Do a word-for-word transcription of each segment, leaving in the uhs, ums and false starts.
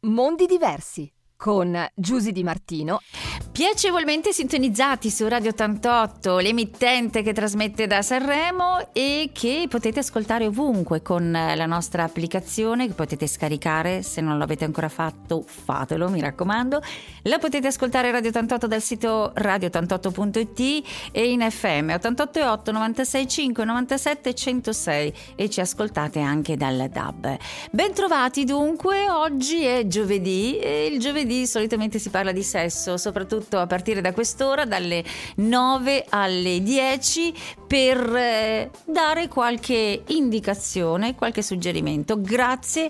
Mondi diversi con Giusy Di Martino. Piacevolmente sintonizzati su Radio ottantotto, l'emittente che trasmette da Sanremo e che potete ascoltare ovunque con la nostra applicazione che potete scaricare. Se non l'avete ancora fatto, fatelo, mi raccomando. La potete ascoltare Radio ottantotto dal sito radio ottantotto punto it e in F M ottantotto virgola otto, novantasei virgola cinque, novantasette virgola centosei e ci ascoltate anche dal D A B. Bentrovati dunque, oggi è giovedì e il giovedì solitamente si parla di sesso, soprattutto a partire da quest'ora, dalle nove alle dieci, per eh, dare qualche indicazione, qualche suggerimento, grazie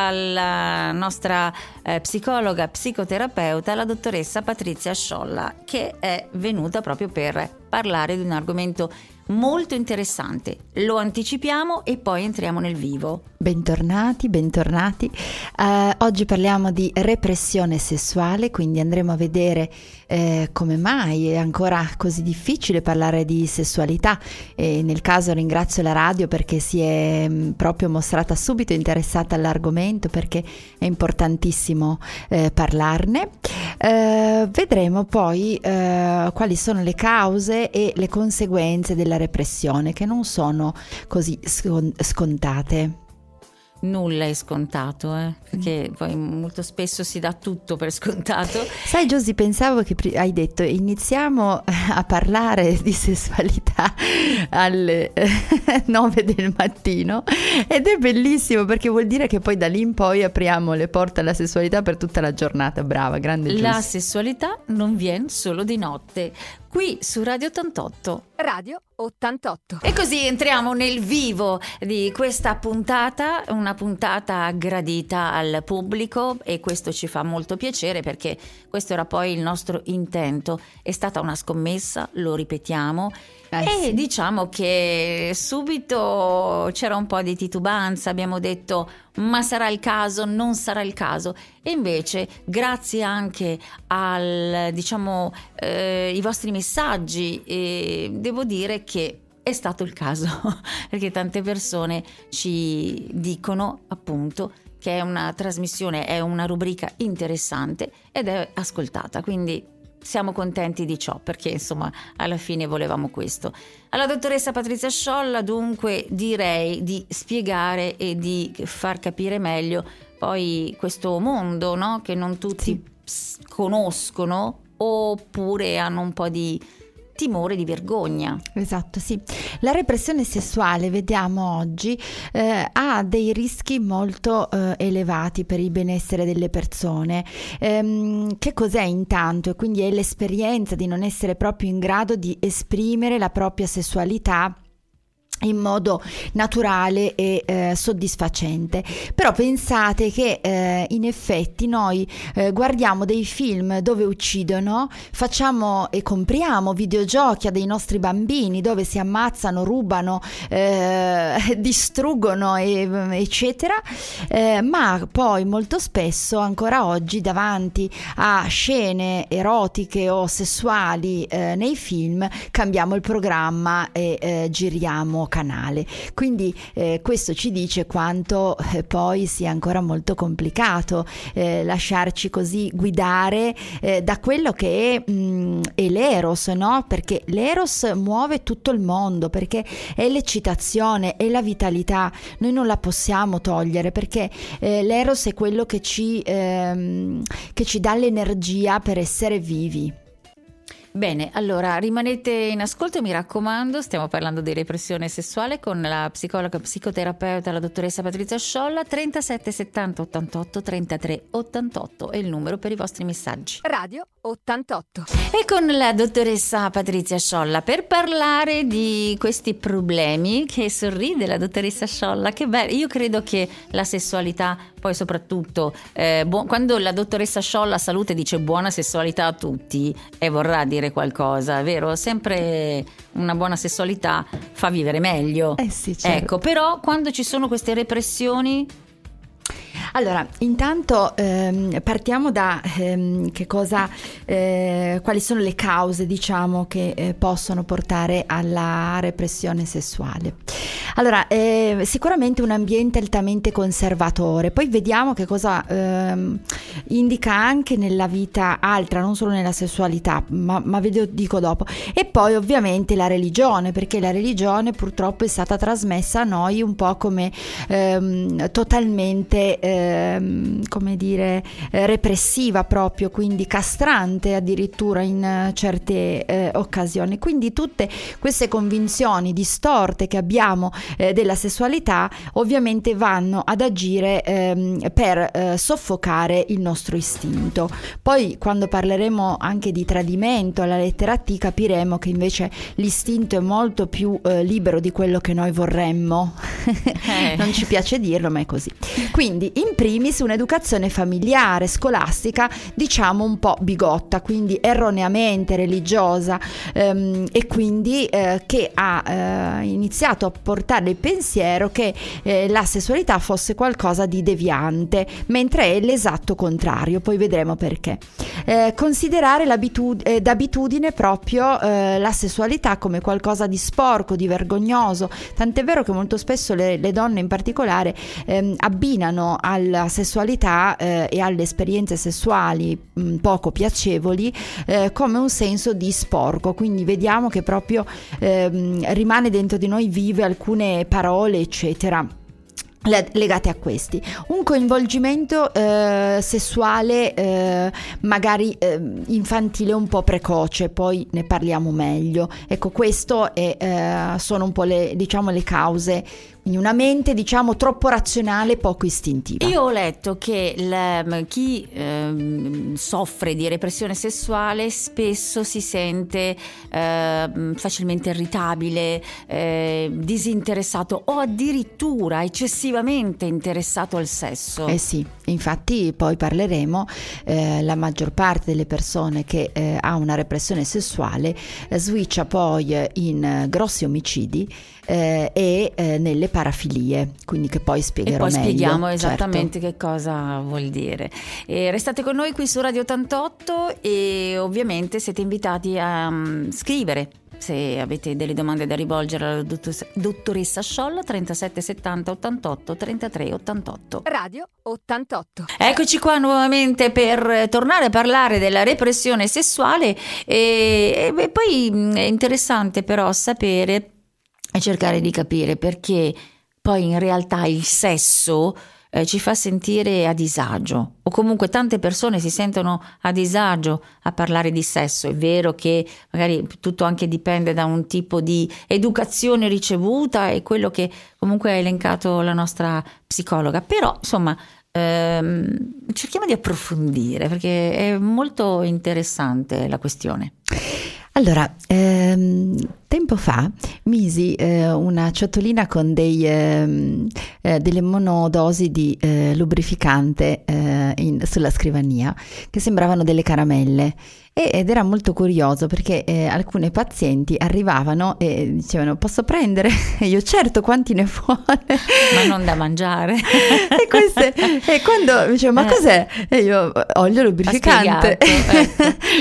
alla nostra eh, psicologa, psicoterapeuta, la dottoressa Patrizia Sciolla, che è venuta proprio per parlare di un argomento molto interessante. Lo anticipiamo e poi entriamo nel vivo. Bentornati, bentornati. Uh, oggi parliamo di repressione sessuale, quindi andremo a vedere eh, come mai è ancora così difficile parlare di sessualità, e nel caso ringrazio la radio perché si è mh, proprio mostrata subito interessata all'argomento, perché è importantissimo eh, parlarne. Uh, vedremo poi uh, quali sono le cause e le conseguenze della repressione, che non sono così scontate. Nulla è scontato, eh? Perché poi molto spesso si dà tutto per scontato. Sai Giusy, pensavo che pri- hai detto iniziamo a parlare di sessualità alle nove del mattino, ed è bellissimo perché vuol dire che poi da lì in poi apriamo le porte alla sessualità per tutta la giornata. Brava, grande Giusy. La sessualità non viene solo di notte, qui su Radio ottantotto. Radio ottantotto. E così entriamo nel vivo di questa puntata, una puntata gradita al pubblico, e questo ci fa molto piacere perché questo era poi il nostro intento. È stata una scommessa, lo ripetiamo, eh, e sì. Diciamo che subito c'era un po' di titubanza, abbiamo detto ma sarà il caso, non sarà il caso, e invece grazie anche al diciamo eh, i vostri messaggi eh, devo dire che è stato il caso perché tante persone ci dicono appunto che è una trasmissione, è una rubrica interessante ed è ascoltata, quindi siamo contenti di ciò, perché insomma alla fine volevamo questo. Alla dottoressa Patrizia Sciolla dunque direi di spiegare e di far capire meglio poi questo mondo, no? Che non tutti sì. conoscono, oppure hanno un po' di timore, di vergogna. Esatto, sì. La repressione sessuale, vediamo oggi, eh, ha dei rischi molto eh, elevati per il benessere delle persone. Ehm, che cos'è intanto? E quindi è l'esperienza di non essere proprio in grado di esprimere la propria sessualità in modo naturale e eh, soddisfacente. Però pensate che eh, in effetti noi eh, guardiamo dei film dove uccidono, facciamo e compriamo videogiochi a dei nostri bambini dove si ammazzano, rubano, eh, distruggono e, eccetera, eh, ma poi molto spesso ancora oggi davanti a scene erotiche o sessuali eh, nei film cambiamo il programma e eh, giriamo canale. Quindi eh, questo ci dice quanto eh, poi sia ancora molto complicato eh, lasciarci così guidare eh, da quello che è, mh, è l'eros, no? Perché l'eros muove tutto il mondo, perché è l'eccitazione, è la vitalità, noi non la possiamo togliere, perché eh, l'eros è quello che ci, ehm, che ci dà l'energia per essere vivi. Bene, allora rimanete in ascolto, mi raccomando, stiamo parlando di repressione sessuale con la psicologa psicoterapeuta, la dottoressa Patrizia Sciolla. Trentasette settanta ottantotto trentatré ottantotto è il numero per i vostri messaggi. Radio ottantotto. E con la dottoressa Patrizia Sciolla per parlare di questi problemi. Che sorride la dottoressa Sciolla, che bello. Io credo che la sessualità, poi soprattutto eh, bu- quando la dottoressa Sciolla Salute dice buona sessualità a tutti, e vorrà dire qualcosa, vero? Sempre una buona sessualità fa vivere meglio. Eh sì, certo. Ecco, però quando ci sono queste repressioni Allora, intanto ehm, partiamo da ehm, che cosa, eh, quali sono le cause, diciamo, che eh, possono portare alla repressione sessuale. Allora, eh, sicuramente un ambiente altamente conservatore, poi vediamo che cosa ehm, indica anche nella vita altra, non solo nella sessualità, ma, ma ve lo dico dopo. E poi ovviamente la religione, perché la religione purtroppo è stata trasmessa a noi un po' come ehm, totalmente, ehm, come dire, eh, repressiva proprio, quindi castrante addirittura in eh, certe eh, occasioni. Quindi tutte queste convinzioni distorte che abbiamo eh, della sessualità ovviamente vanno ad agire ehm, per eh, soffocare il nostro istinto. Poi quando parleremo anche di tradimento alla lettera T capiremo che invece l'istinto è molto più eh, libero di quello che noi vorremmo. Eh. Non ci piace dirlo, ma è così. Quindi in primis un'educazione familiare, scolastica, diciamo un po' bigotta, quindi erroneamente religiosa, ehm, e quindi eh, che ha eh, iniziato a portare il pensiero che eh, la sessualità fosse qualcosa di deviante, mentre è l'esatto contrario. Poi vedremo perché. Eh, considerare l'abitud- eh, d'abitudine proprio eh, la sessualità come qualcosa di sporco, di vergognoso, tant'è vero che molto spesso le, le donne in particolare ehm, abbinano alla sessualità eh, e alle esperienze sessuali mh, poco piacevoli eh, come un senso di sporco, quindi vediamo che proprio ehm, rimane dentro di noi vive alcune parole eccetera legate a questi. Un coinvolgimento eh, sessuale eh, magari eh, infantile un po' precoce, poi ne parliamo meglio. Ecco, questo è, eh, sono un po' le, diciamo, le cause in una mente, diciamo, troppo razionale, poco istintiva. Io ho letto che l- chi eh, soffre di repressione sessuale spesso si sente eh, facilmente irritabile, eh, disinteressato o addirittura eccessivamente interessato al sesso. Eh sì, infatti poi parleremo, eh, la maggior parte delle persone che eh, ha una repressione sessuale eh, switcha poi in eh, grossi omicidi eh, e eh, nelle parafilie, quindi che poi spiegherò meglio. E poi meglio, spieghiamo esattamente certo. che cosa vuol dire. E restate con noi qui su Radio ottantotto e ovviamente siete invitati a um, scrivere se avete delle domande da rivolgere alla dottor- dottoressa Sciolla. Trentasette settanta ottantotto trentatré ottantotto. Radio ottantotto. Eccoci qua nuovamente per tornare a parlare della repressione sessuale e, e poi è interessante però sapere e cercare di capire perché poi in realtà il sesso eh, ci fa sentire a disagio, o comunque tante persone si sentono a disagio a parlare di sesso. È vero che magari tutto anche dipende da un tipo di educazione ricevuta e quello che comunque ha elencato la nostra psicologa, però insomma ehm, cerchiamo di approfondire perché è molto interessante la questione. Allora, ehm, tempo fa misi eh, una ciotolina con dei, ehm, eh, delle monodosi di eh, lubrificante eh, in, sulla scrivania che sembravano delle caramelle. Ed era molto curioso perché eh, alcune pazienti arrivavano e dicevano: posso prendere? E io: certo, quanti ne vuole? Ma non da mangiare. E, queste, e quando mi dicevo: ma eh. cos'è? E io: olio lubrificante. Ecco.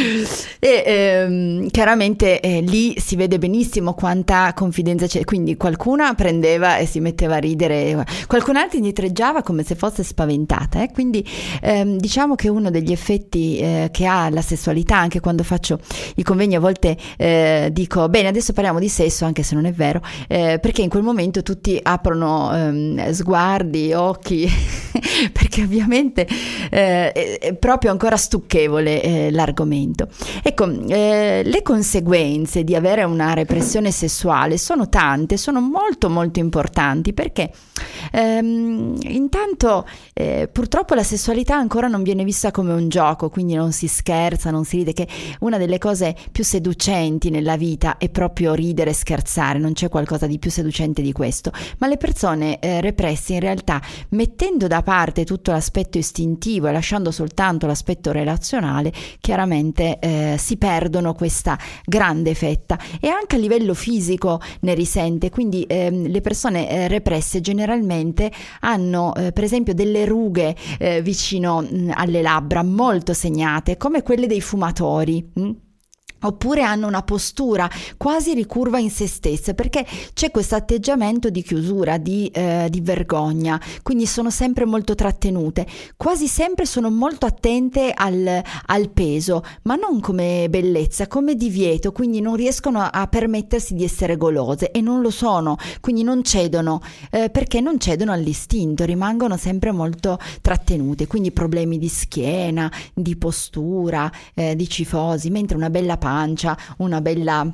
E ehm, chiaramente eh, lì si vede benissimo quanta confidenza c'è, quindi qualcuna prendeva e si metteva a ridere, qualcun altro indietreggiava come se fosse spaventata, eh? Quindi ehm, diciamo che uno degli effetti eh, che ha la sessualità, anche quando faccio i convegni a volte eh, dico: bene, adesso parliamo di sesso, anche se non è vero, eh, perché in quel momento tutti aprono ehm, sguardi, occhi perché ovviamente eh, è proprio ancora stucchevole eh, l'argomento. Ecco, eh, le conseguenze di avere una repressione sessuale sono tante, sono molto molto importanti, perché ehm, intanto eh, purtroppo la sessualità ancora non viene vista come un gioco, quindi non si scherza, non si ride, che una delle cose più seducenti nella vita è proprio ridere e scherzare, non c'è qualcosa di più seducente di questo, ma le persone eh, represse in realtà, mettendo da parte parte tutto l'aspetto istintivo e lasciando soltanto l'aspetto relazionale, chiaramente eh, si perdono questa grande fetta, e anche a livello fisico ne risente. Quindi eh, le persone eh, represse generalmente hanno eh, per esempio delle rughe eh, vicino mh, alle labbra molto segnate, come quelle dei fumatori. Mh? Oppure hanno una postura quasi ricurva in se stesse, perché c'è questo atteggiamento di chiusura, di, eh, di vergogna, quindi sono sempre molto trattenute, quasi sempre sono molto attente al, al peso, ma non come bellezza, come divieto, quindi non riescono a, a permettersi di essere golose, e non lo sono, quindi non cedono, eh, perché non cedono all'istinto, rimangono sempre molto trattenute, quindi problemi di schiena, di postura, eh, di cifosi, mentre una bella pancia, una bella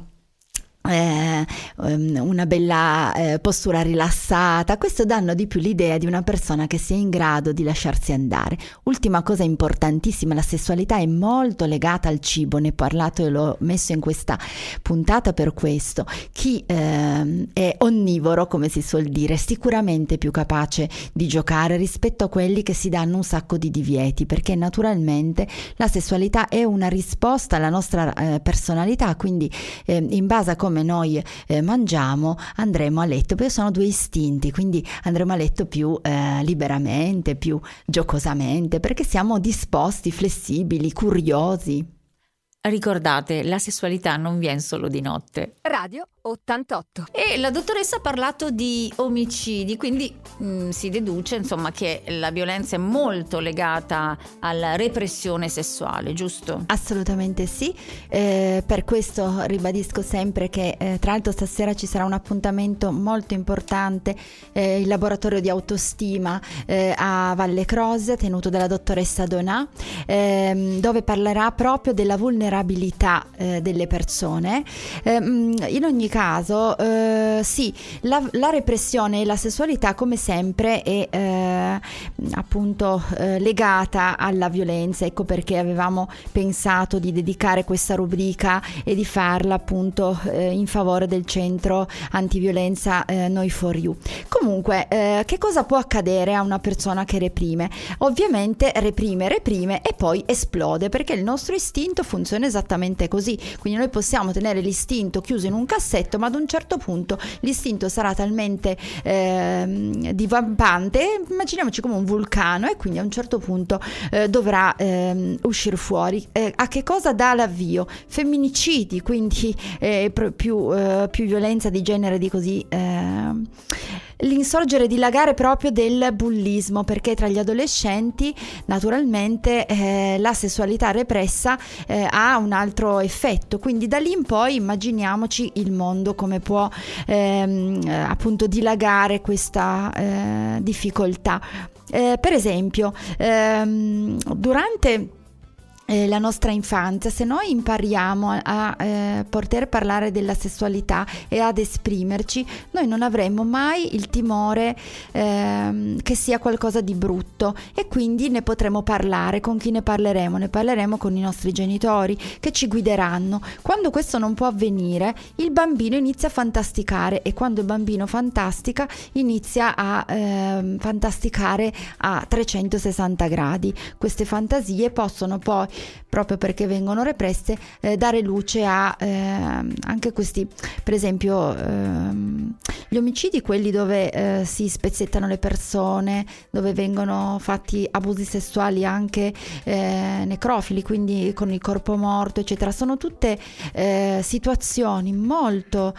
Eh, una bella eh, postura rilassata, questo danno di più l'idea di una persona che sia in grado di lasciarsi andare. Ultima cosa importantissima, la sessualità è molto legata al cibo, ne ho parlato e l'ho messo in questa puntata per questo. Chi eh, è onnivoro, come si suol dire, è sicuramente più capace di giocare rispetto a quelli che si danno un sacco di divieti, perché naturalmente la sessualità è una risposta alla nostra eh, personalità, quindi eh, in base a come come noi eh, mangiamo andremo a letto, perché sono due istinti, quindi andremo a letto più eh, liberamente, più giocosamente, perché siamo disposti, flessibili, curiosi. Ricordate, la sessualità non viene solo di notte. Radio ottantotto. E la dottoressa ha parlato di omicidi, quindi mh, si deduce insomma che la violenza è molto legata alla repressione sessuale, giusto? Assolutamente sì, eh, per questo ribadisco sempre che eh, tra l'altro stasera ci sarà un appuntamento molto importante, eh, il laboratorio di autostima eh, a Valle Croce, tenuto dalla dottoressa Donà, eh, dove parlerà proprio della vulnerabilità eh, delle persone. Eh, in ogni caso eh, sì, la, la repressione e la sessualità come sempre è eh, appunto eh, legata alla violenza. Ecco perché avevamo pensato di dedicare questa rubrica e di farla appunto eh, in favore del centro antiviolenza eh, Noi for You. Comunque eh, che cosa può accadere a una persona che reprime? Ovviamente reprime, reprime e poi esplode, perché il nostro istinto funziona esattamente così. Quindi noi possiamo tenere l'istinto chiuso in un cassetto, ma ad un certo punto l'istinto sarà talmente eh, divampante, immaginiamoci come un vulcano, e quindi a un certo punto eh, dovrà eh, uscire fuori. Eh, a che cosa dà l'avvio? Femminicidi, quindi eh, più, eh, più violenza di genere, di così eh, l'insorgere dilagare proprio del bullismo, perché tra gli adolescenti naturalmente eh, la sessualità repressa eh, ha un altro effetto, quindi da lì in poi immaginiamoci il mondo come può ehm, appunto dilagare questa eh, difficoltà. Eh, per esempio ehm, durante Eh, la nostra infanzia, se noi impariamo a eh, poter parlare della sessualità e ad esprimerci, noi non avremo mai il timore eh, che sia qualcosa di brutto, e quindi ne potremo parlare. Con chi ne parleremo? Ne parleremo con i nostri genitori, che ci guideranno. Quando questo non può avvenire, il bambino inizia a fantasticare, e quando il bambino fantastica inizia a eh, fantasticare a trecentosessanta gradi. Queste fantasie possono poi, proprio perché vengono represse, eh, dare luce a eh, anche questi, per esempio ehm, gli omicidi, quelli dove eh, si spezzettano le persone, dove vengono fatti abusi sessuali anche eh, necrofili, quindi con il corpo morto eccetera. Sono tutte eh, situazioni molto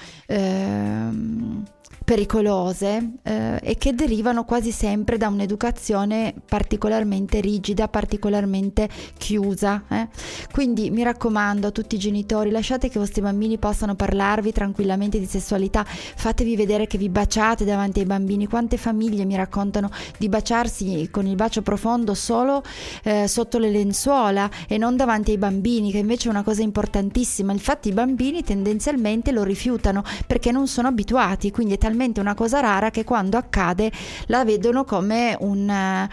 ehm, pericolose eh, e che derivano quasi sempre da un'educazione particolarmente rigida, particolarmente chiusa. Eh? Quindi mi raccomando a tutti i genitori, lasciate che i vostri bambini possano parlarvi tranquillamente di sessualità, fatevi vedere che vi baciate davanti ai bambini. Quante famiglie mi raccontano di baciarsi con il bacio profondo solo eh, sotto le lenzuola e non davanti ai bambini, che invece è una cosa importantissima. Infatti i bambini tendenzialmente lo rifiutano perché non sono abituati, quindi è talmente una cosa rara che quando accade la vedono come un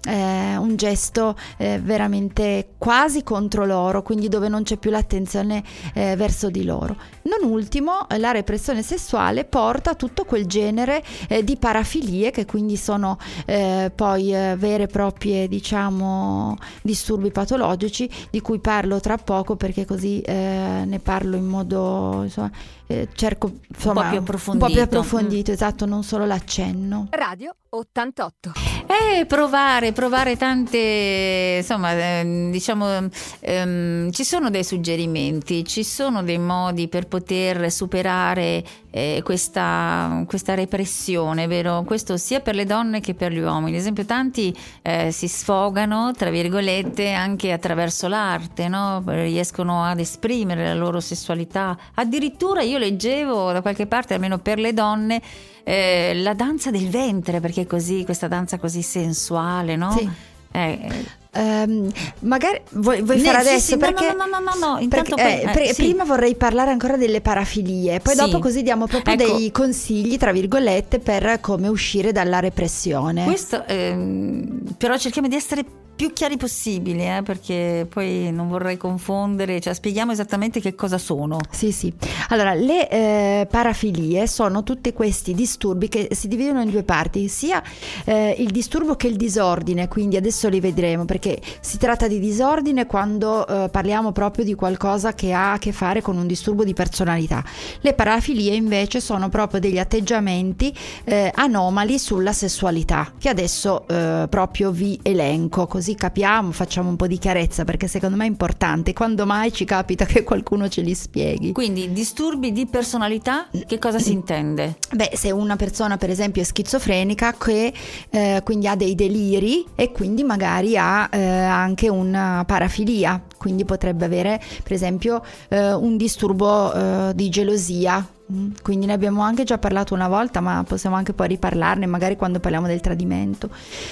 eh, un gesto eh, veramente quasi contro loro, quindi dove non c'è più l'attenzione eh, verso di loro. Non ultimo, la repressione sessuale porta a tutto quel genere eh, di parafilie, che quindi sono eh, poi eh, vere e proprie, diciamo, disturbi patologici, di cui parlo tra poco, perché così eh, ne parlo in modo, insomma, eh, cerco insomma, un po' più approfondito, un po' più approfondito mm. esatto, non solo l'accenno. Radio ottantotto. Eh, provare, provare tante, insomma, eh, diciamo, ehm, ci sono dei suggerimenti, ci sono dei modi per poter superare eh, questa, questa repressione, vero? Questo sia per le donne che per gli uomini. Ad esempio, tanti eh, si sfogano, tra virgolette, anche attraverso l'arte, no? Riescono ad esprimere la loro sessualità. Addirittura io leggevo da qualche parte, almeno per le donne, Eh, la danza del ventre, perché così, questa danza così sensuale, no? Sì. Eh, Um, magari vuoi, vuoi ne, fare sì, adesso sì, perché, no no no no, no, intanto perché poi, eh, pre- eh, sì. prima vorrei parlare ancora delle parafilie, poi Sì. dopo così diamo proprio Ecco. dei consigli tra virgolette per come uscire dalla repressione. Questo ehm, però cerchiamo di essere più chiari possibili, eh, perché poi non vorrei confondere, cioè spieghiamo esattamente che cosa sono. Sì, sì. Allora, le eh, parafilie sono tutti questi disturbi che si dividono in due parti, sia eh, il disturbo che il disordine, quindi adesso li vedremo, perché si tratta di disordine quando eh, parliamo proprio di qualcosa che ha a che fare con un disturbo di personalità. Le parafilie invece sono proprio degli atteggiamenti eh, anomali sulla sessualità, che adesso eh, proprio vi elenco, così capiamo, facciamo un po' di chiarezza, perché secondo me è importante, quando mai ci capita che qualcuno ce li spieghi. Quindi disturbi di personalità, che cosa si intende? Beh, se una persona per esempio è schizofrenica, che eh, quindi ha dei deliri e quindi magari ha eh, anche una parafilia, quindi potrebbe avere per esempio eh, un disturbo eh, di gelosia. Quindi ne abbiamo anche già parlato una volta, ma possiamo anche poi riparlarne magari quando parliamo del tradimento.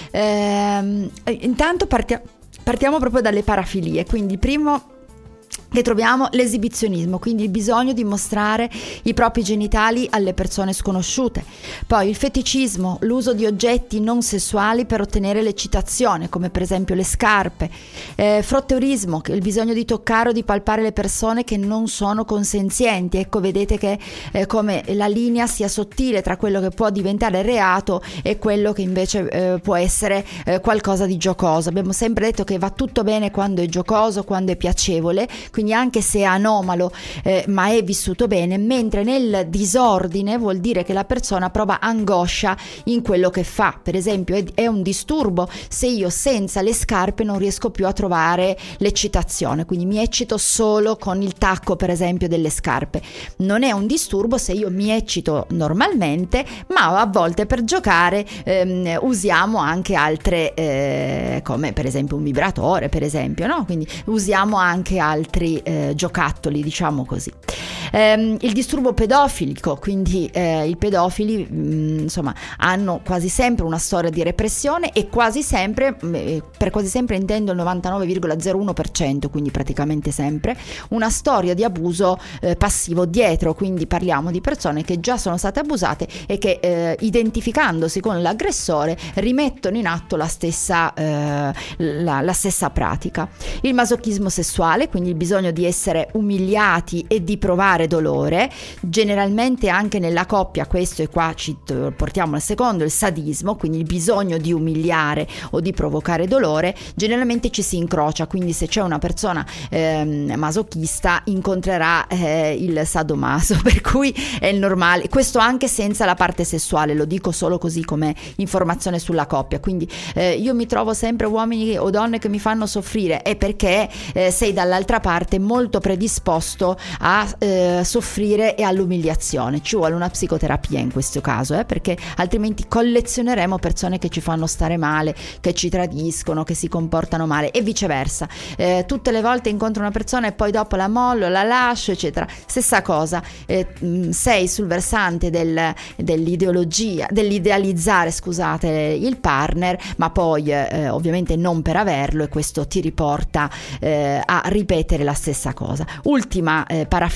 Ehm, intanto partia- partiamo proprio dalle parafilie, quindi il primo che troviamo l'esibizionismo, quindi il bisogno di mostrare i propri genitali alle persone sconosciute. Poi il feticismo, l'uso di oggetti non sessuali per ottenere l'eccitazione, come per esempio le scarpe. Eh, frotteurismo, il bisogno di toccare o di palpare le persone che non sono consenzienti. Ecco, vedete che eh, come la linea sia sottile tra quello che può diventare reato e quello che invece eh, può essere eh, qualcosa di giocoso. Abbiamo sempre detto che va tutto bene quando è giocoso, quando è piacevole, quindi anche se è anomalo eh, ma è vissuto bene, mentre nel disordine vuol dire che la persona prova angoscia in quello che fa. Per esempio è, è un disturbo se io senza le scarpe non riesco più a trovare l'eccitazione, quindi mi eccito solo con il tacco per esempio delle scarpe. Non è un disturbo se io mi eccito normalmente, ma a volte per giocare ehm, usiamo anche altre eh, come per esempio un vibratore, per esempio, no? Quindi usiamo anche altri Eh, giocattoli, diciamo così. Ehm, il disturbo pedofilico, quindi eh, i pedofili mh, insomma hanno quasi sempre una storia di repressione e quasi sempre, mh, per quasi sempre intendo il novantanove virgola zero uno per cento, quindi praticamente sempre, una storia di abuso eh, passivo dietro, quindi parliamo di persone che già sono state abusate e che eh, identificandosi con l'aggressore rimettono in atto la stessa, eh, la, la stessa pratica. Il masochismo sessuale, quindi il bisogno di essere umiliati e di provare dolore, generalmente anche nella coppia, questo e qua ci portiamo al secondo, il sadismo, quindi il bisogno di umiliare o di provocare dolore, generalmente ci si incrocia, quindi se c'è una persona eh, masochista incontrerà eh, il sadomaso, per cui è normale, questo anche senza la parte sessuale, lo dico solo così come informazione sulla coppia. Quindi eh, io mi trovo sempre uomini o donne che mi fanno soffrire, è perché eh, sei dall'altra parte molto predisposto a eh, soffrire e all'umiliazione. Ci vuole una psicoterapia in questo caso, eh, perché altrimenti collezioneremo persone che ci fanno stare male, che ci tradiscono, che si comportano male e viceversa. Eh, tutte le volte incontro una persona e poi dopo la mollo, la lascio, eccetera. Stessa cosa, eh, sei sul versante del, dell'ideologia, dell'idealizzare, scusate, il partner, ma poi eh, ovviamente non per averlo, e questo ti riporta eh, a ripetere la stessa cosa. Ultima eh, parafilia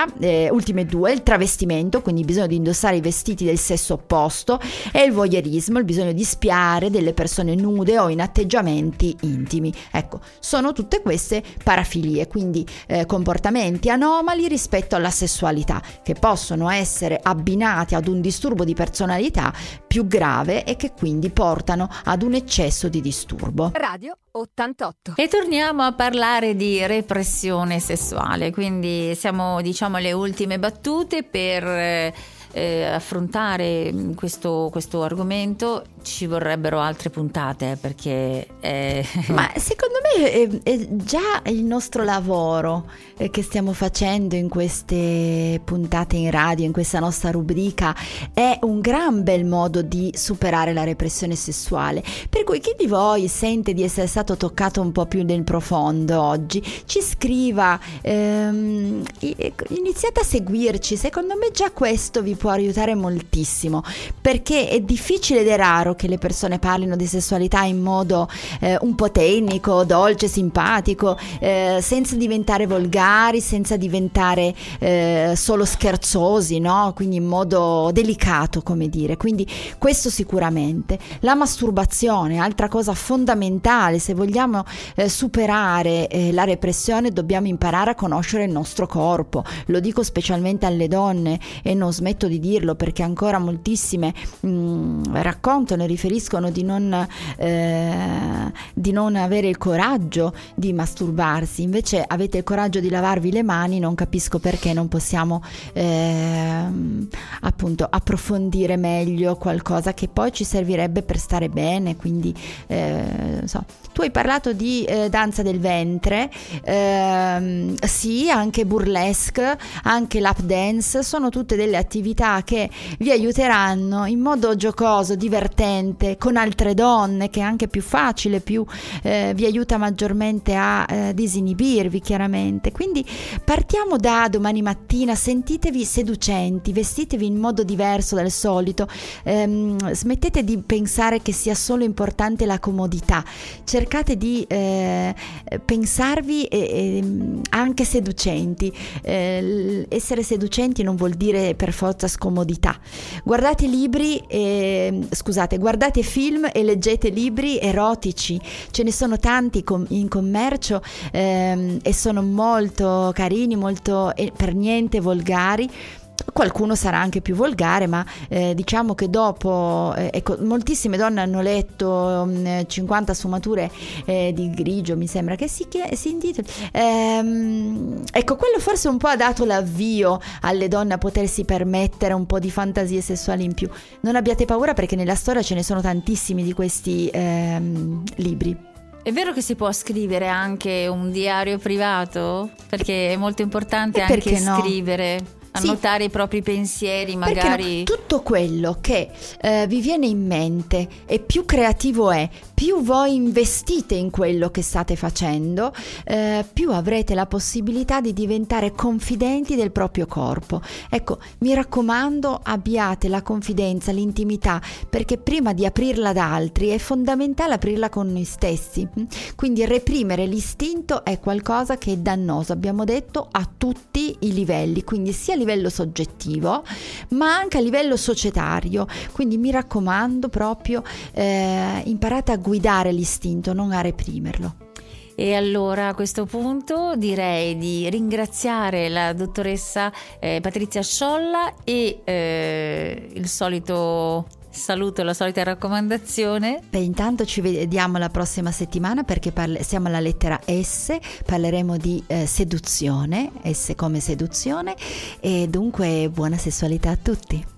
Allora, eh, ultime due, il travestimento, quindi il bisogno di indossare i vestiti del sesso opposto, e il voyeurismo, il bisogno di spiare delle persone nude o in atteggiamenti intimi. Ecco, sono tutte queste parafilie, quindi eh, comportamenti anomali rispetto alla sessualità, che possono essere abbinati ad un disturbo di personalità più grave e che quindi portano ad un eccesso di disturbo. Radio ottantotto. E torniamo a parlare di repressione sessuale, quindi siamo, diciamo, alle ultime battute per eh, eh, affrontare questo, questo argomento. Ci vorrebbero altre puntate, perché eh... ma secondo me è, è già il nostro lavoro eh, che stiamo facendo in queste puntate in radio, in questa nostra rubrica, è un gran bel modo di superare la repressione sessuale. Per cui chi di voi sente di essere stato toccato un po' più nel profondo oggi, ci scriva, ehm, iniziate a seguirci. Secondo me già questo vi può aiutare moltissimo, perché è difficile ed è raro che le persone parlino di sessualità in modo eh, un po' tecnico, dolce, simpatico, eh, senza diventare volgari, senza diventare eh, solo scherzosi, no? Quindi in modo delicato, come dire. Quindi questo sicuramente. La masturbazione, altra cosa fondamentale. Se vogliamo eh, superare eh, la repressione, dobbiamo imparare a conoscere il nostro corpo. Lo dico specialmente alle donne e non smetto di dirlo, perché ancora moltissime mh, raccontano e riferiscono di non, eh, di non avere il coraggio di masturbarsi. Invece avete il coraggio di lavarvi le mani, non capisco perché non possiamo eh, appunto approfondire meglio qualcosa che poi ci servirebbe per stare bene. Quindi eh, so. Tu hai parlato di eh, danza del ventre, ehm, sì, anche burlesque, anche lap dance, sono tutte delle attività che vi aiuteranno in modo giocoso, divertente, con altre donne, che è anche più facile, più eh, vi aiuta maggiormente a eh, disinibirvi, chiaramente. Quindi partiamo da domani mattina, sentitevi seducenti, vestitevi in modo diverso dal solito, ehm, smettete di pensare che sia solo importante la comodità, cercate di eh, pensarvi eh, eh, anche seducenti. Eh, essere seducenti non vuol dire per forza scomodità. Guardate libri, eh, scusate, guardate film e leggete libri erotici, ce ne sono tanti com- in commercio ehm, e sono molto carini, molto eh, per niente volgari. Qualcuno sarà anche più volgare, ma eh, diciamo che dopo eh, ecco, moltissime donne hanno letto mh, cinquanta sfumature eh, di grigio, mi sembra che si, che si intitoli. Ehm, ecco, quello forse un po' ha dato l'avvio alle donne a potersi permettere un po' di fantasie sessuali in più. Non abbiate paura, perché nella storia ce ne sono tantissimi di questi ehm, libri. È vero che si può scrivere anche un diario privato? Perché è molto importante e anche no? scrivere. Annotare sì. I propri pensieri, magari. No? Tutto quello che eh, vi viene in mente e più creativo è, più voi investite in quello che state facendo, eh, più avrete la possibilità di diventare confidenti del proprio corpo. Ecco, mi raccomando, abbiate la confidenza, l'intimità, perché prima di aprirla ad altri è fondamentale aprirla con noi stessi. Quindi reprimere l'istinto è qualcosa che è dannoso, abbiamo detto, a tutti i livelli, quindi sia a livello soggettivo ma anche a livello societario. Quindi mi raccomando, proprio eh, imparate a guidare l'istinto, non a reprimerlo. E allora a questo punto direi di ringraziare la dottoressa eh, Patrizia Sciolla e eh, il solito saluto, la solita raccomandazione. Beh, intanto ci vediamo la prossima settimana, perché parle- siamo alla lettera S, parleremo di eh, seduzione, S come seduzione, e dunque buona sessualità a tutti.